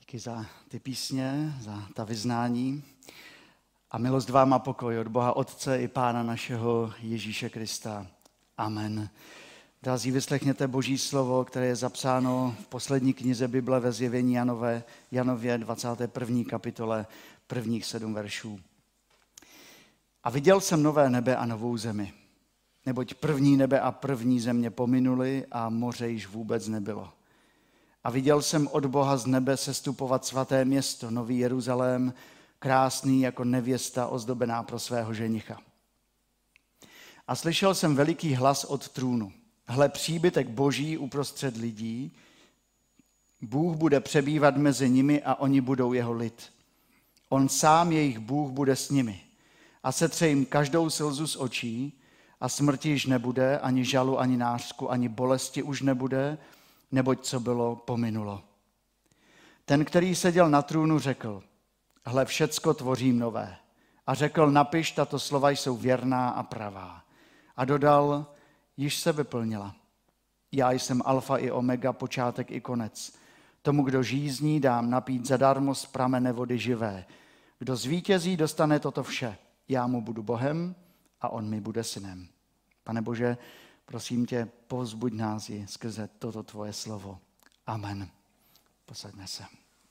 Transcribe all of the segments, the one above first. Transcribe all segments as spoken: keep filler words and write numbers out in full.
Díky za ty písně, za ta vyznání. A milost vám a pokoj od Boha Otce i Pána našeho Ježíše Krista. Amen. Drazí, vyslechněte Boží slovo, které je zapsáno v poslední knize Bible ve Zjevení Janové, Janově dvacáté první kapitole, prvních sedm veršů. A viděl jsem nové nebe a novou zemi, neboť první nebe a první země pominuli a moře již vůbec nebylo. A viděl jsem od Boha z nebe sestupovat svaté město, nový Jeruzalém, krásný jako nevěsta ozdobená pro svého ženicha. A slyšel jsem veliký hlas od trůnu. Hle, příbytek Boží uprostřed lidí, Bůh bude přebývat mezi nimi a oni budou jeho lid. On sám, jejich Bůh, bude s nimi. A setře jim každou slzu z očí a smrti již nebude, ani žalu, ani nářku, ani bolesti už nebude, neboť co bylo, pominulo. Ten, který seděl na trůnu, řekl, hle, všecko tvořím nové. A řekl, napiš, tato slova jsou věrná a pravá. A dodal, již se vyplnila. Já jsem alfa i omega, počátek i konec. Tomu, kdo žízní, dám napít zadarmo z pramene vody živé. Kdo zvítězí, dostane toto vše. Já mu budu Bohem a on mi bude synem. Pane Bože, prosím tě, povzbuď nás i skrze toto tvoje slovo. Amen. Posaďme se.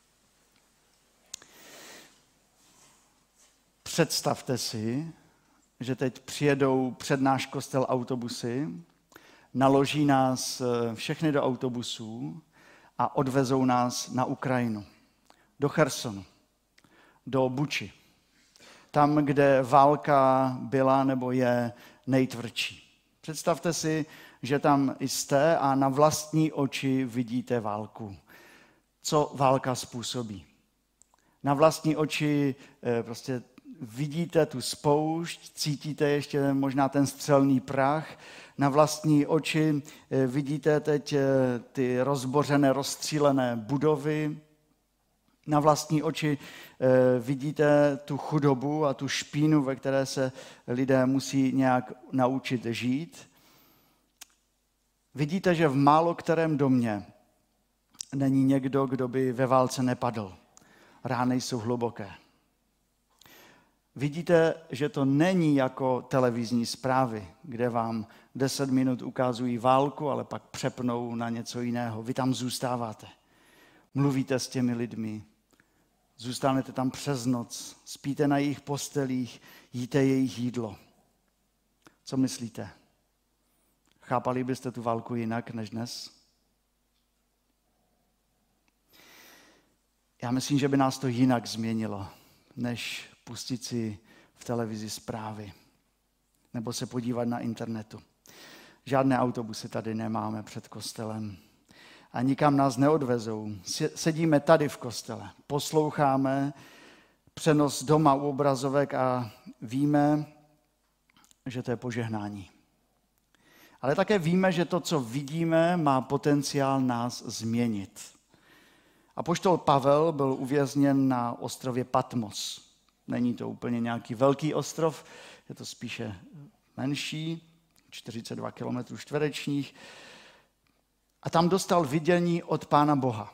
Představte si, že teď přijedou před náš kostel autobusy, naloží nás všechny do autobusů a odvezou nás na Ukrajinu, do Chersonu, do Buči, tam, kde válka byla nebo je nejtvrdší. Představte si, že tam jste a na vlastní oči vidíte válku. Co válka způsobí? Na vlastní oči prostě vidíte tu spoušť, cítíte ještě možná ten střelný prach. Na vlastní oči vidíte teď ty rozbořené, rozstřílené budovy. Na vlastní oči vidíte tu chudobu a tu špínu, ve které se lidé musí nějak naučit žít. Vidíte, že v málo kterém domě není někdo, kdo by ve válce nepadl. Rány jsou hluboké. Vidíte, že to není jako televizní zprávy, kde vám deset minut ukazují válku, ale pak přepnou na něco jiného. Vy tam zůstáváte. Mluvíte s těmi lidmi. Zůstanete tam přes noc. Spíte na jejich postelích, jíte jejich jídlo. Co myslíte? Chápali byste tu válku jinak než dnes? Já myslím, že by nás to jinak změnilo, než pustit si v televizi zprávy nebo se podívat na internetu. Žádné autobusy tady nemáme před kostelem a nikam nás neodvezou. Sedíme tady v kostele, posloucháme přenos doma u obrazovek a víme, že to je požehnání. Ale také víme, že to, co vidíme, má potenciál nás změnit. Apoštol Pavel byl uvězněn na ostrově Patmos. Není to úplně nějaký velký ostrov, je to spíše menší, čtyřicet dva kilometrů čtverečních. A tam dostal vidění od Pána Boha.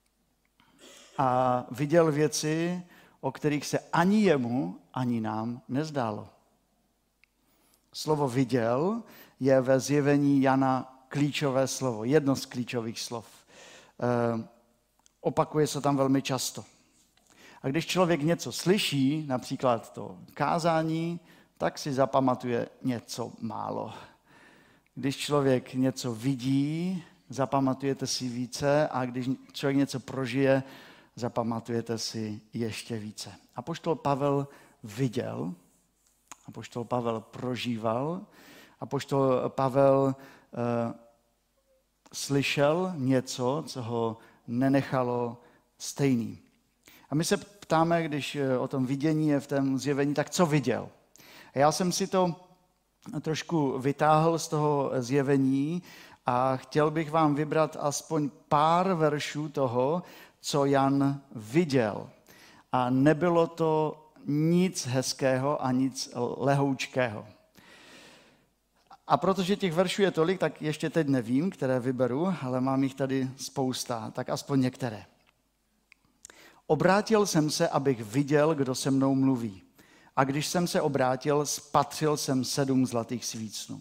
A viděl věci, o kterých se ani jemu, ani nám nezdálo. Slovo viděl je ve Zjevení Jana klíčové slovo, jedno z klíčových slov. E, opakuje se tam velmi často. A když člověk něco slyší, například to kázání, tak si zapamatuje něco málo. Když člověk něco vidí, zapamatujete si více a když člověk něco prožije, zapamatujete si ještě více. Apoštol Pavel viděl, apoštol Pavel prožíval, apoštol Pavel uh, slyšel něco, co ho nenechalo stejný. A my se ptáme, když o tom vidění je v tom zjevení, tak co viděl? A já jsem si to trošku vytáhl z toho zjevení a chtěl bych vám vybrat aspoň pár veršů toho, co Jan viděl. A nebylo to nic hezkého a nic lehoučkého. A protože těch veršů je tolik, tak ještě teď nevím, které vyberu, ale mám jich tady spousta, tak aspoň některé. Obrátil jsem se, abych viděl, kdo se mnou mluví. A když jsem se obrátil, spatřil jsem sedm zlatých svícnů.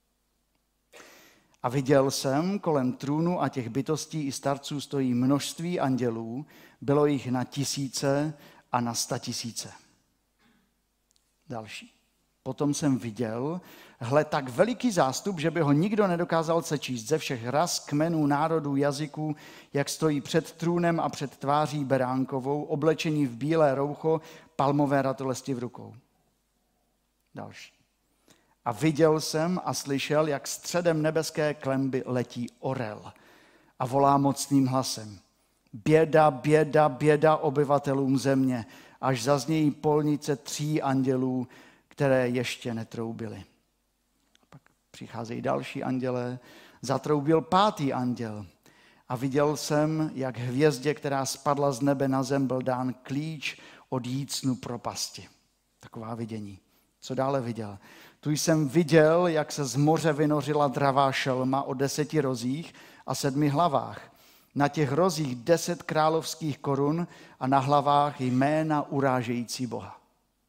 A viděl jsem kolem trůnu a těch bytostí i starců stojí množství andělů, bylo jich na tisíce a na sta tisíce. Další. Potom jsem viděl, hle, tak veliký zástup, že by ho nikdo nedokázal sečíst ze všech ras, kmenů, národů, jazyků, jak stojí před trůnem a před tváří beránkovou, oblečení v bílé roucho, palmové ratolesti v rukou. Další. A viděl jsem a slyšel, jak středem nebeské klenby letí orel a volá mocným hlasem. Běda, běda, běda obyvatelům země, až zaznějí polnice tří andělů, které ještě netroubily. Pak přicházejí další andělé, zatroubil pátý anděl a viděl jsem, jak hvězdě, která spadla z nebe na zem, byl dán klíč od jícnu propasti. Taková vidění. Co dále viděl? Tu jsem viděl, jak se z moře vynořila dravá šelma o deseti rozích a sedmi hlavách. Na těch rozích deset královských korun a na hlavách jména urážející Boha.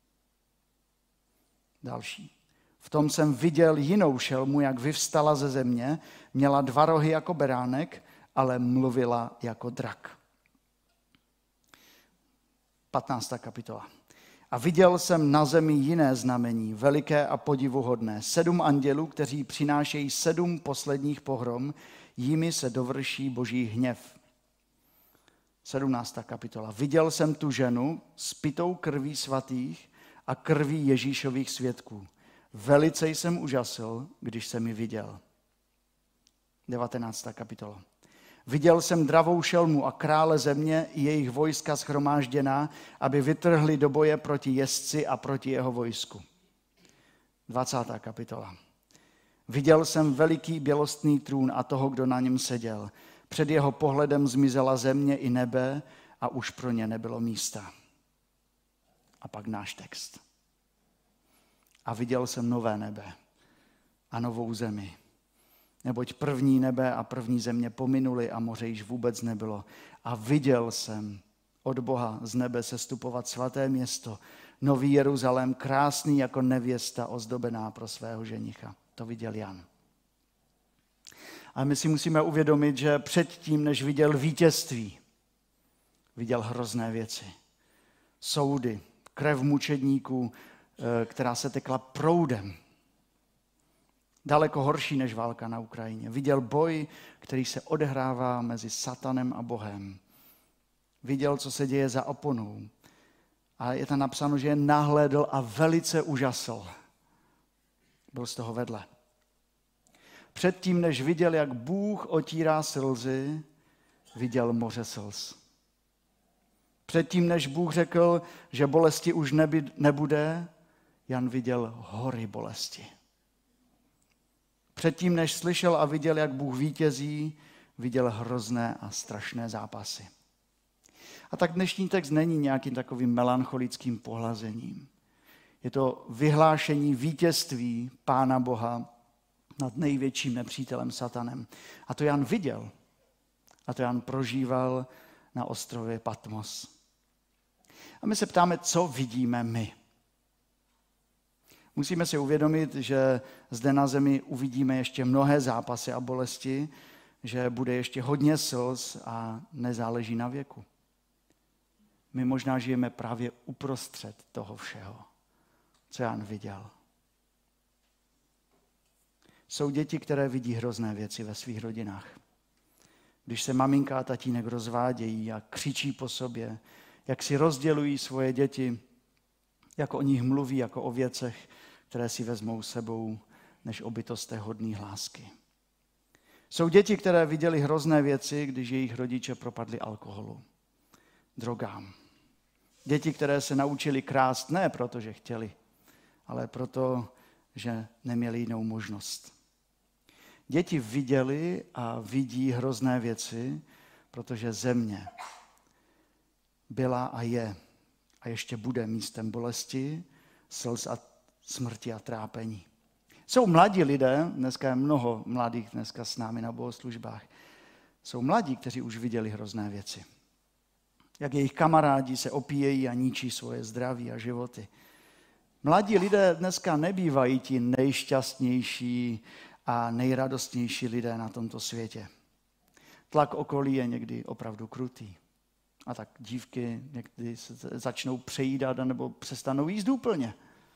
Další. V tom jsem viděl jinou šelmu, jak vyvstala ze země, měla dva rohy jako beránek, ale mluvila jako drak. patnáctá kapitola. A viděl jsem na zemi jiné znamení, veliké a podivuhodné. Sedm andělů, kteří přinášejí sedm posledních pohrom, jimi se dovrší boží hněv. sedmnáctá kapitola. Viděl jsem tu ženu s pitou krví svatých a krví Ježíšových svědků. Velice jsem užasl, když jsem ji viděl. devatenáctá kapitola. Viděl jsem dravou šelmu a krále země i jejich vojska shromážděná, aby vytrhli do boje proti jezdci a proti jeho vojsku. dvacátá kapitola. Viděl jsem veliký bělostný trůn a toho, kdo na něm seděl. Před jeho pohledem zmizela země i nebe a už pro ně nebylo místa. A pak náš text. A viděl jsem nové nebe a novou zemi. Neboť první nebe a první země pominuly a moře již vůbec nebylo. A viděl jsem od Boha z nebe sestupovat svaté město, nový Jeruzalém, krásný jako nevěsta ozdobená pro svého ženicha. To viděl Jan. A my si musíme uvědomit, že předtím, než viděl vítězství, viděl hrozné věci. Soudy, krev mučedníků, která se tekla proudem. Daleko horší než válka na Ukrajině. Viděl boj, který se odehrává mezi satanem a Bohem. Viděl, co se děje za oponou. A je tam napsáno, že je nahlédl a velice užasl. Byl z toho vedle. Předtím, než viděl, jak Bůh otírá slzy, viděl moře slz. Předtím, než Bůh řekl, že bolesti už neby, nebude, Jan viděl hory bolesti. Předtím, než slyšel a viděl, jak Bůh vítězí, viděl hrozné a strašné zápasy. A tak dnešní text není nějakým takovým melancholickým pohlazením. Je to vyhlášení vítězství Pána Boha nad největším nepřítelem satanem. A to Jan viděl. A to Jan prožíval na ostrově Patmos. A my se ptáme, co vidíme my. Musíme si uvědomit, že zde na zemi uvidíme ještě mnohé zápasy a bolesti, že bude ještě hodně slz a nezáleží na věku. My možná žijeme právě uprostřed toho všeho, co Jan viděl. Jsou děti, které vidí hrozné věci ve svých rodinách. Když se maminka a tatínek rozvádějí a křičí po sobě, jak si rozdělují svoje děti, jak o nich mluví jako o věcech, které si vezmou sebou, než o bytostech hodných lásky. Jsou děti, které viděly hrozné věci, když jejich rodiče propadli alkoholu, drogám. Děti, které se naučili krást ne proto, že chtěli, ale proto, že neměli jinou možnost. Děti viděly a vidí hrozné věci, protože země byla a je a ještě bude místem bolesti, slz a smrti a trápení. Jsou mladí lidé, dneska je mnoho mladých dneska s námi na bohoslužbách, jsou mladí, kteří už viděli hrozné věci. jak jejich kamarádi se opíjejí a ničí svoje zdraví a životy. Mladí lidé dneska nebývají ti nejšťastnější a nejradostnější lidé na tomto světě. Tlak okolí je někdy opravdu krutý. A tak dívky někdy se začnou přejídat nebo přestanou jíst úplně.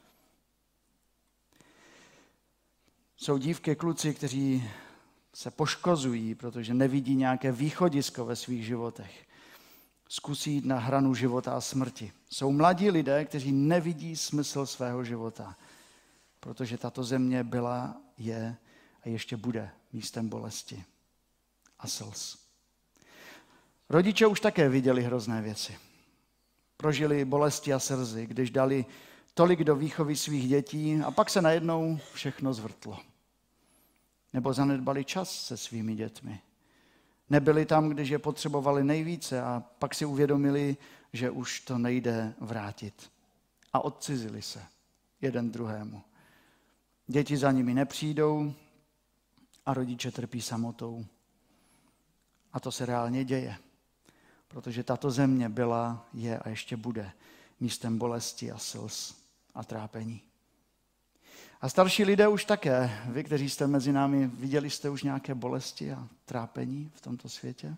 Jsou dívky, kluci, kteří se poškozují, protože nevidí nějaké východisko ve svých životech. Zkusí jít na hranu života a smrti. Jsou mladí lidé, kteří nevidí smysl svého života, protože tato země byla, je a ještě bude místem bolesti a slz. Rodiče už také viděli hrozné věci. Prožili bolesti a slzy, když dali tolik do výchovy svých dětí a pak se najednou všechno zvrtlo. Nebo zanedbali čas se svými dětmi. Nebyli tam, když je potřebovali nejvíce a pak si uvědomili, že už to nejde vrátit. A odcizili se jeden druhému. Děti za nimi nepřijdou a rodiče trpí samotou. A to se reálně děje, protože tato země byla, je a ještě bude místem bolesti a slz a trápení. A starší lidé už také, vy, kteří jste mezi námi, viděli jste už nějaké bolesti a trápení v tomto světě?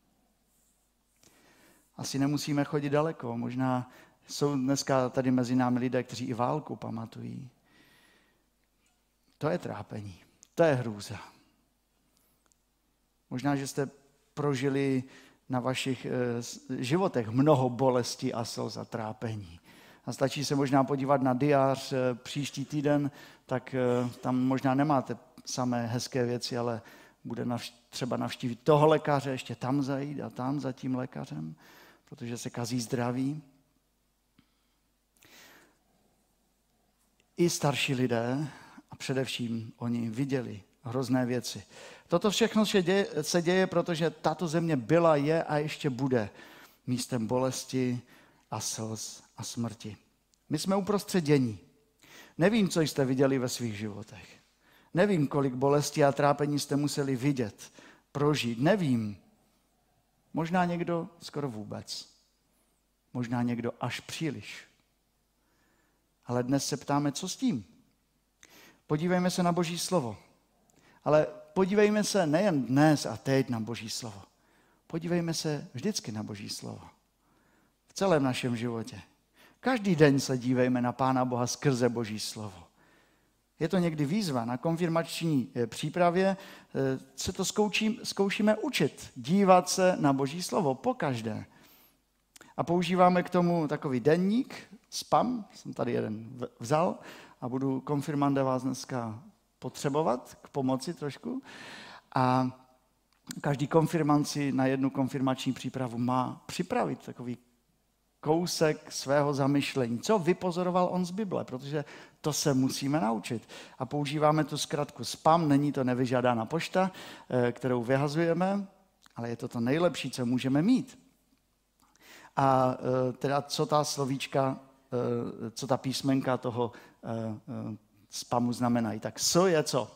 Asi nemusíme chodit daleko, možná jsou dneska tady mezi námi lidé, kteří i válku pamatují. To je trápení, to je hrůza. Možná, že jste prožili na vašich životech mnoho bolesti a slz a trápení. A stačí se možná podívat na diář příští týden, tak tam možná nemáte samé hezké věci, ale bude navš- třeba navštívit toho lékaře, ještě tam zajít a tam za tím lékařem, protože se kazí zdraví. I starší lidé, a především oni viděli hrozné věci. Toto všechno se děje, se děje, protože tato země byla, je a ještě bude místem bolesti a slz a smrti. My jsme uprostřed dění. Nevím, co jste viděli ve svých životech. Nevím, kolik bolesti a trápení jste museli vidět, prožít. Nevím. Možná někdo skoro vůbec. Možná někdo až příliš. Ale dnes se ptáme, co s tím? Podívejme se na Boží slovo. Ale podívejme se nejen dnes a teď na Boží slovo. Podívejme se vždycky na Boží slovo. V celém našem životě. Každý den se dívejme na Pána Boha skrze Boží slovo. Je to někdy výzva. Na konfirmační přípravě se to zkouší, zkoušíme učit. Dívat se na Boží slovo pokaždé. A používáme k tomu takový denník, spam, jsem tady jeden vzal a budu konfirmande vás dneska potřebovat k pomoci trošku. A každý konfirmant si na jednu konfirmační přípravu má připravit takový kousek svého zamyšlení. Co vypozoroval on z Bible, protože to se musíme naučit. A používáme tu zkratku spam, není to nevyžádaná pošta, kterou vyhazujeme, ale je to to nejlepší, co můžeme mít. A teda co ta slovíčka, co ta písmenka toho spamu znamenají. Tak co je co?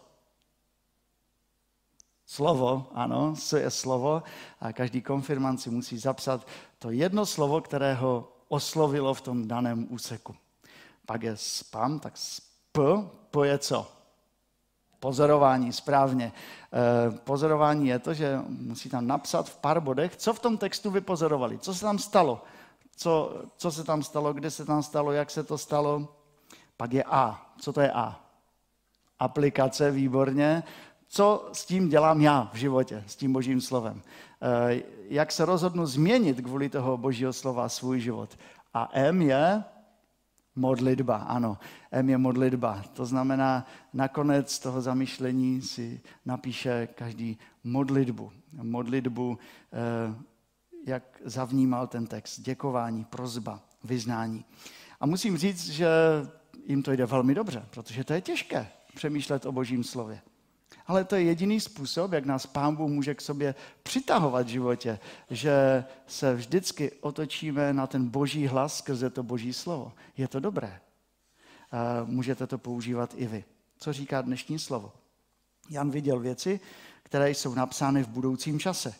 Slovo, ano, co je slovo. A každý konfirmant si musí zapsat to jedno slovo, které ho oslovilo v tom daném úseku. Pak je spam, tak sp, po je co? Pozorování, správně. E, pozorování je to, že musí tam napsat v pár bodech, co v tom textu vypozorovali, co se tam stalo, co, co se tam stalo, kde se tam stalo, jak se to stalo. Pak je A. Co to je A? Aplikace, výborně. Co s tím dělám já v životě, s tím Božím slovem? E, jak se rozhodnu změnit kvůli toho Božího slova svůj život? A M je modlitba, ano. M je modlitba. To znamená, nakonec toho zamyšlení si napíše každý modlitbu. Modlitbu, e, jak zavnímal ten text. Děkování, prosba, vyznání. A musím říct, že jim to jde velmi dobře, protože to je těžké přemýšlet o Božím slově. Ale to je jediný způsob, jak nás Pán Bůh může k sobě přitahovat v životě, že se vždycky otočíme na ten Boží hlas skrze to Boží slovo. Je to dobré. Můžete to používat i vy. Co říká dnešní slovo? Jan viděl věci, které jsou napsány v budoucím čase.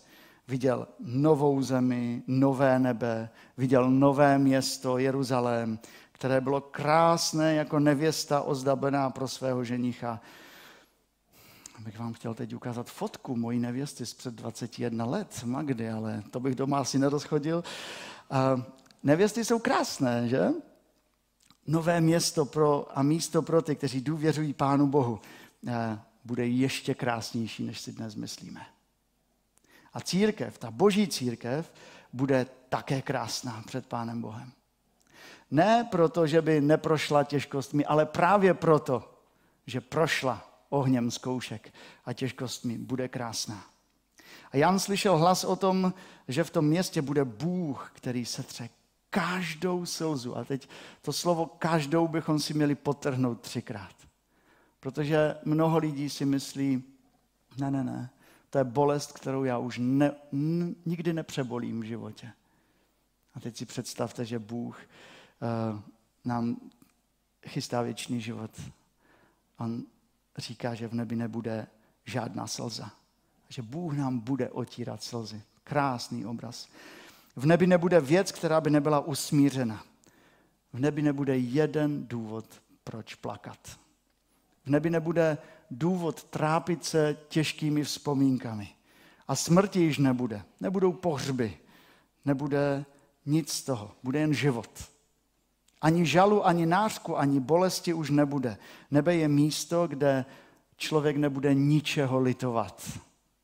viděl novou zemi, nové nebe, viděl nové město Jeruzalém, které bylo krásné jako nevěsta ozdabená pro svého ženicha. Bych vám chtěl teď ukázat fotku mojí nevěsty z před dvaceti jedna let, Magdy, ale to bych doma asi nerozchodil. A nevěsty jsou krásné, že? Nové město pro, a místo pro ty, kteří důvěřují Pánu Bohu, bude ještě krásnější, než si dnes myslíme. A církev, ta boží církev, bude také krásná před Pánem Bohem. Ne proto, že by neprošla těžkostmi, ale právě proto, že prošla ohněm zkoušek a těžkostmi, bude krásná. A Jan slyšel hlas o tom, že v tom městě bude Bůh, který setře každou slzu. A teď to slovo každou bychom si měli podtrhnout třikrát. Protože mnoho lidí si myslí, ne, ne, ne, to je bolest, kterou já už ne, n, nikdy nepřebolím v životě. A teď si představte, že Bůh uh, nám chystá věčný život. On říká, že v nebi nebude žádná slza. Že Bůh nám bude otírat slzy. Krásný obraz. V nebi nebude věc, která by nebyla usmířena. V nebi nebude jeden důvod, proč plakat. V nebi nebude důvod trápit se těžkými vzpomínkami. A smrti již nebude. Nebudou pohřby. Nebude nic z toho. Bude jen život. Ani žalu, ani nářku, ani bolesti už nebude. Nebe je místo, kde člověk nebude ničeho litovat.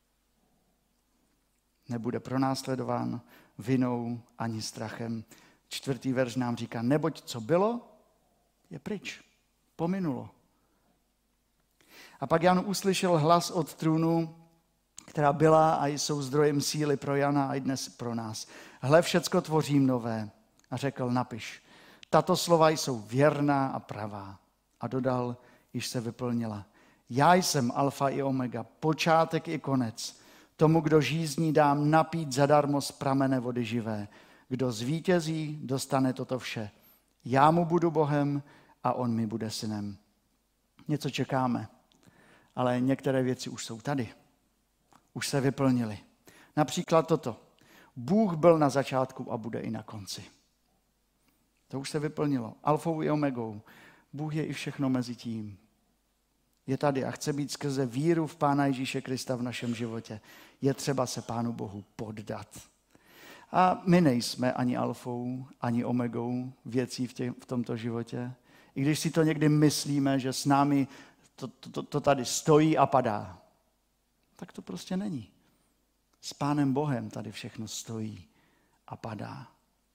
Nebude pronásledován vinou ani strachem. Čtvrtý verš nám říká, neboť co bylo, je pryč. Pominulo. A pak Jan uslyšel hlas od trůnu, která byla a jsou zdrojem síly pro Jana a i dnes pro nás. Hle, všecko tvořím nové. A řekl, napiš. Tato slova jsou věrná a pravá. A dodal, již se vyplnila. Já jsem alfa i omega, počátek i konec. Tomu, kdo žízní, dám napít zadarmo z pramene vody živé. Kdo zvítězí, dostane toto vše. Já mu budu Bohem a on mi bude synem. Něco čekáme, ale některé věci už jsou tady. Už se vyplnily. Například toto. Bůh byl na začátku a bude i na konci. To už se vyplnilo. Alfou i omegou. Bůh je i všechno mezi tím. Je tady a chce být skrze víru v Pána Ježíše Krista v našem životě. Je třeba se Pánu Bohu poddat. A my nejsme ani alfou, ani omegou věcí v, tě, v tomto životě. I když si to někdy myslíme, že s námi to, to, to tady stojí a padá. Tak to prostě není. S Pánem Bohem tady všechno stojí a padá.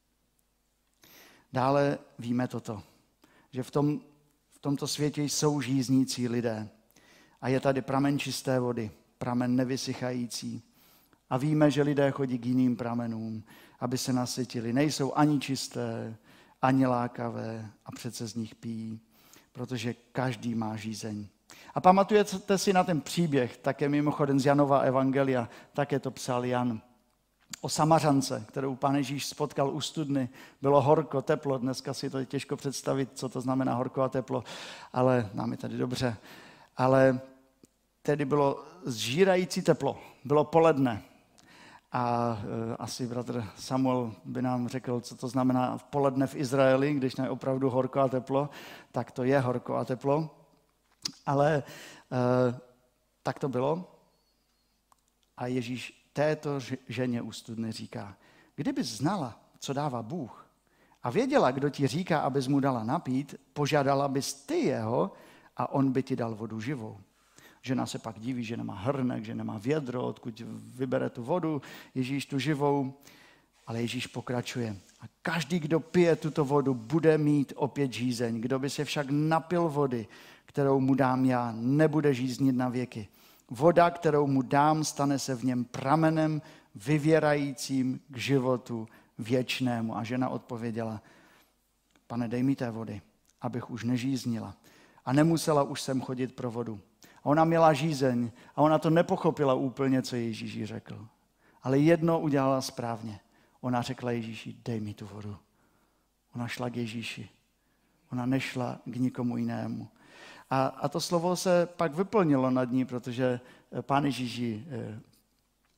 Dále víme toto, že v, tom, v tomto světě jsou žíznící lidé a je tady pramen čisté vody, pramen nevysychající. A víme, že lidé chodí k jiným pramenům, aby se nasytili. Nejsou ani čisté, ani lákavé a přece z nich pijí, protože každý má žízeň. A pamatujete si na ten příběh, také mimochodem z Janova evangelia, také to psal Jan, o Samařance, kterou Pán Ježíš spotkal u studny. Bylo horko, teplo, dneska si to je těžko představit, co to znamená horko a teplo, ale nám je tady dobře. Ale tedy bylo zžírající teplo, bylo poledne. A e, asi bratr Samuel by nám řekl, co to znamená v poledne v Izraeli, když je opravdu horko a teplo, tak to je horko a teplo. Ale e, tak to bylo. A Ježíš této ženě u studny říká, kdyby znala, co dává Bůh a věděla, kdo ti říká, abys mu dala napít, požádala bys ty jeho a on by ti dal vodu živou. Žena se pak diví, že nemá hrnek, že nemá vědro, odkud vybere tu vodu, Ježíš tu živou, ale Ježíš pokračuje. A každý, kdo pije tuto vodu, bude mít opět žízeň. Kdo by se však napil vody, kterou mu dám já, nebude žíznit na věky. Voda, kterou mu dám, stane se v něm pramenem vyvěrajícím k životu věčnému. A žena odpověděla, pane, dej mi té vody, abych už nežíznila. A nemusela už sem chodit pro vodu. A ona měla žízeň a ona to nepochopila úplně, co Ježíš jí řekl. Ale jedno udělala správně. Ona řekla Ježíši, dej mi tu vodu. Ona šla k Ježíši. Ona nešla k nikomu jinému. A, a to slovo se pak vyplnilo nad ní, protože Pán Ježíš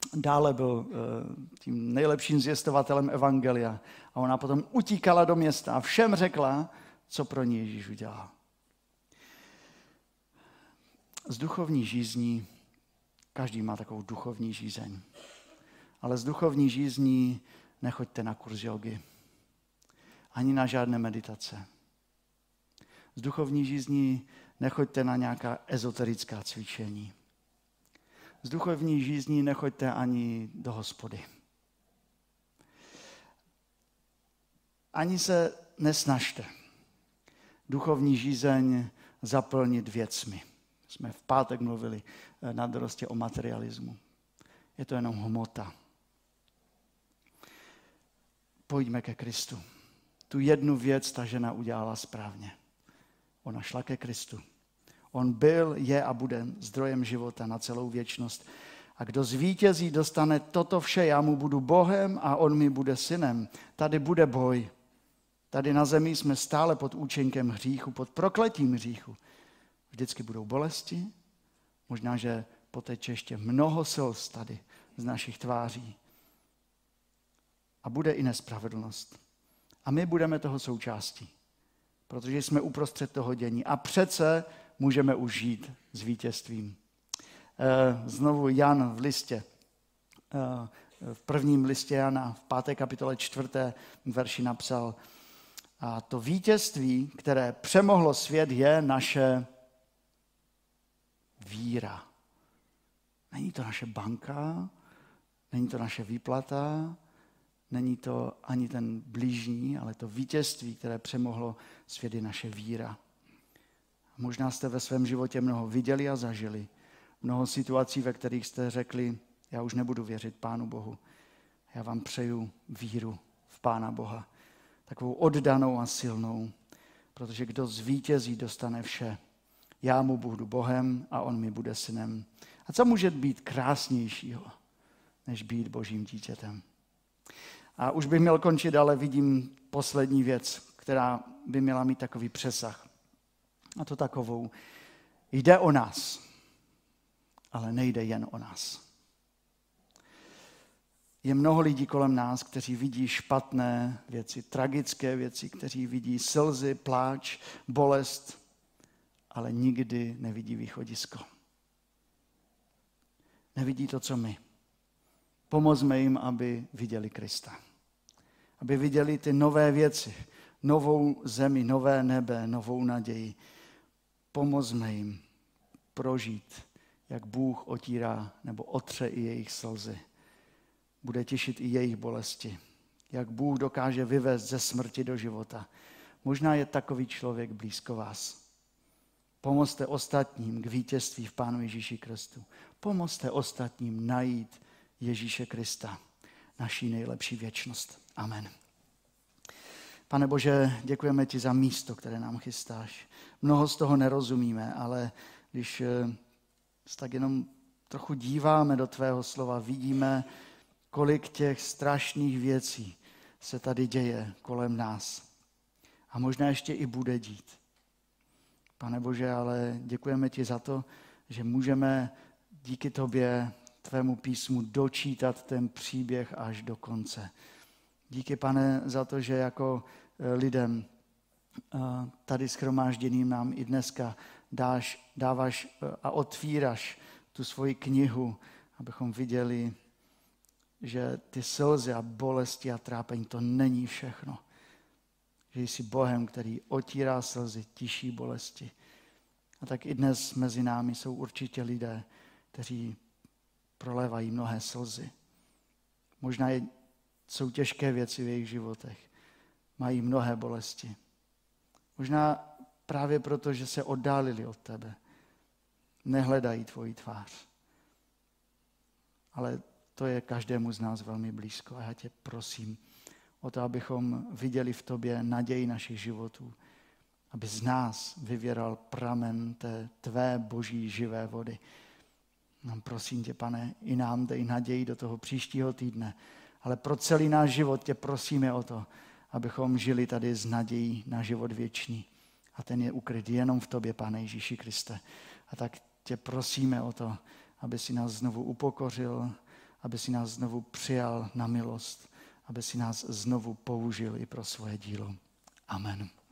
dále byl tím nejlepším zvěstovatelem evangelia. A ona potom utíkala do města a všem řekla, co pro ní Ježíš udělal. Z duchovní žízní, každý má takovou duchovní žízeň, ale z duchovní žízní nechoďte na kurz jogy, ani na žádné meditace. Z duchovní žízní nechoďte na nějaká ezoterická cvičení. Z duchovní žízní nechoďte ani do hospody. Ani se nesnažte duchovní žízeň zaplnit věcmi. Jsme v pátek mluvili na dorostě o materialismu. Je to jenom hmota. Pojďme ke Kristu. Tu jednu věc ta žena udělala správně. Ona šla ke Kristu. On byl, je a bude zdrojem života na celou věčnost. A kdo zvítězí, dostane toto vše. Já mu budu Bohem a on mi bude synem. Tady bude boj. Tady na zemi jsme stále pod účinkem hříchu, pod prokletím hříchu. Vždycky budou bolesti. Možná, že poteče ještě mnoho slz tady z našich tváří. A bude i nespravedlnost. A my budeme toho součástí. Protože jsme uprostřed toho dění. A přece můžeme už žít s vítězstvím. Znovu Jan v listě, v prvním listě Jana, v páté kapitole čtvrté verši napsal: a to vítězství, které přemohlo svět, je naše víra. Není to naše banka, není to naše výplata, není to ani ten blížní, ale to vítězství, které přemohlo svět, je naše víra. Možná jste ve svém životě mnoho viděli a zažili. Mnoho situací, ve kterých jste řekli, já už nebudu věřit Pánu Bohu. Já vám přeju víru v Pána Boha. Takovou oddanou a silnou. Protože kdo zvítězí, dostane vše. Já mu budu Bohem a on mi bude synem. A co může být krásnějšího, než být Božím dítětem? A už bych měl končit, ale vidím poslední věc, která by měla mít takový přesah. A to takovou. Jde o nás, ale nejde jen o nás. Je mnoho lidí kolem nás, kteří vidí špatné věci, tragické věci, kteří vidí slzy, pláč, bolest, ale nikdy nevidí východisko. Nevidí to, co my. Pomozme jim, aby viděli Krista. Aby viděli ty nové věci, novou zemi, nové nebe, novou naději. Pomozme jim prožít, jak Bůh otírá nebo otře i jejich slzy. Bude těšit i jejich bolesti. Jak Bůh dokáže vyvést ze smrti do života. Možná je takový člověk blízko vás. Pomozte ostatním k vítězství v Pánu Ježíši Kristu. Pomozte ostatním najít Ježíše Krista, naší nejlepší věčnost. Amen. Pane Bože, děkujeme ti za místo, které nám chystáš. Mnoho z toho nerozumíme, ale když se tak jenom trochu díváme do tvého slova, vidíme, kolik těch strašných věcí se tady děje kolem nás. A možná ještě i bude dít. Pane Bože, ale děkujeme ti za to, že můžeme díky tobě, tvému písmu, dočítat ten příběh až do konce. Díky, Pane, za to, že jako lidem tady shromážděným nám i dneska dáš, dáváš a otvíráš tu svoji knihu, abychom viděli, že ty slzy a bolesti a trápení, to není všechno. Že jsi Bohem, který otírá slzy, tiší bolesti. A tak i dnes mezi námi jsou určitě lidé, kteří prolévají mnohé slzy. Možná je, jsou těžké věci v jejich životech. Mají mnohé bolesti. Možná právě proto, že se oddálili od tebe. Nehledají tvoji tvář. Ale to je každému z nás velmi blízko. A já tě prosím o to, abychom viděli v tobě naději našich životů. Aby z nás vyvěral pramen té tvé boží živé vody. No, prosím tě, Pane, i nám dej naději do toho příštího týdne. Ale pro celý náš život tě prosíme o to, abychom žili tady s nadějí na život věčný. A ten je ukryt jenom v tobě, Pane Ježíši Kriste. A tak tě prosíme o to, aby si nás znovu upokořil, aby si nás znovu přijal na milost, aby si nás znovu použil i pro svoje dílo. Amen.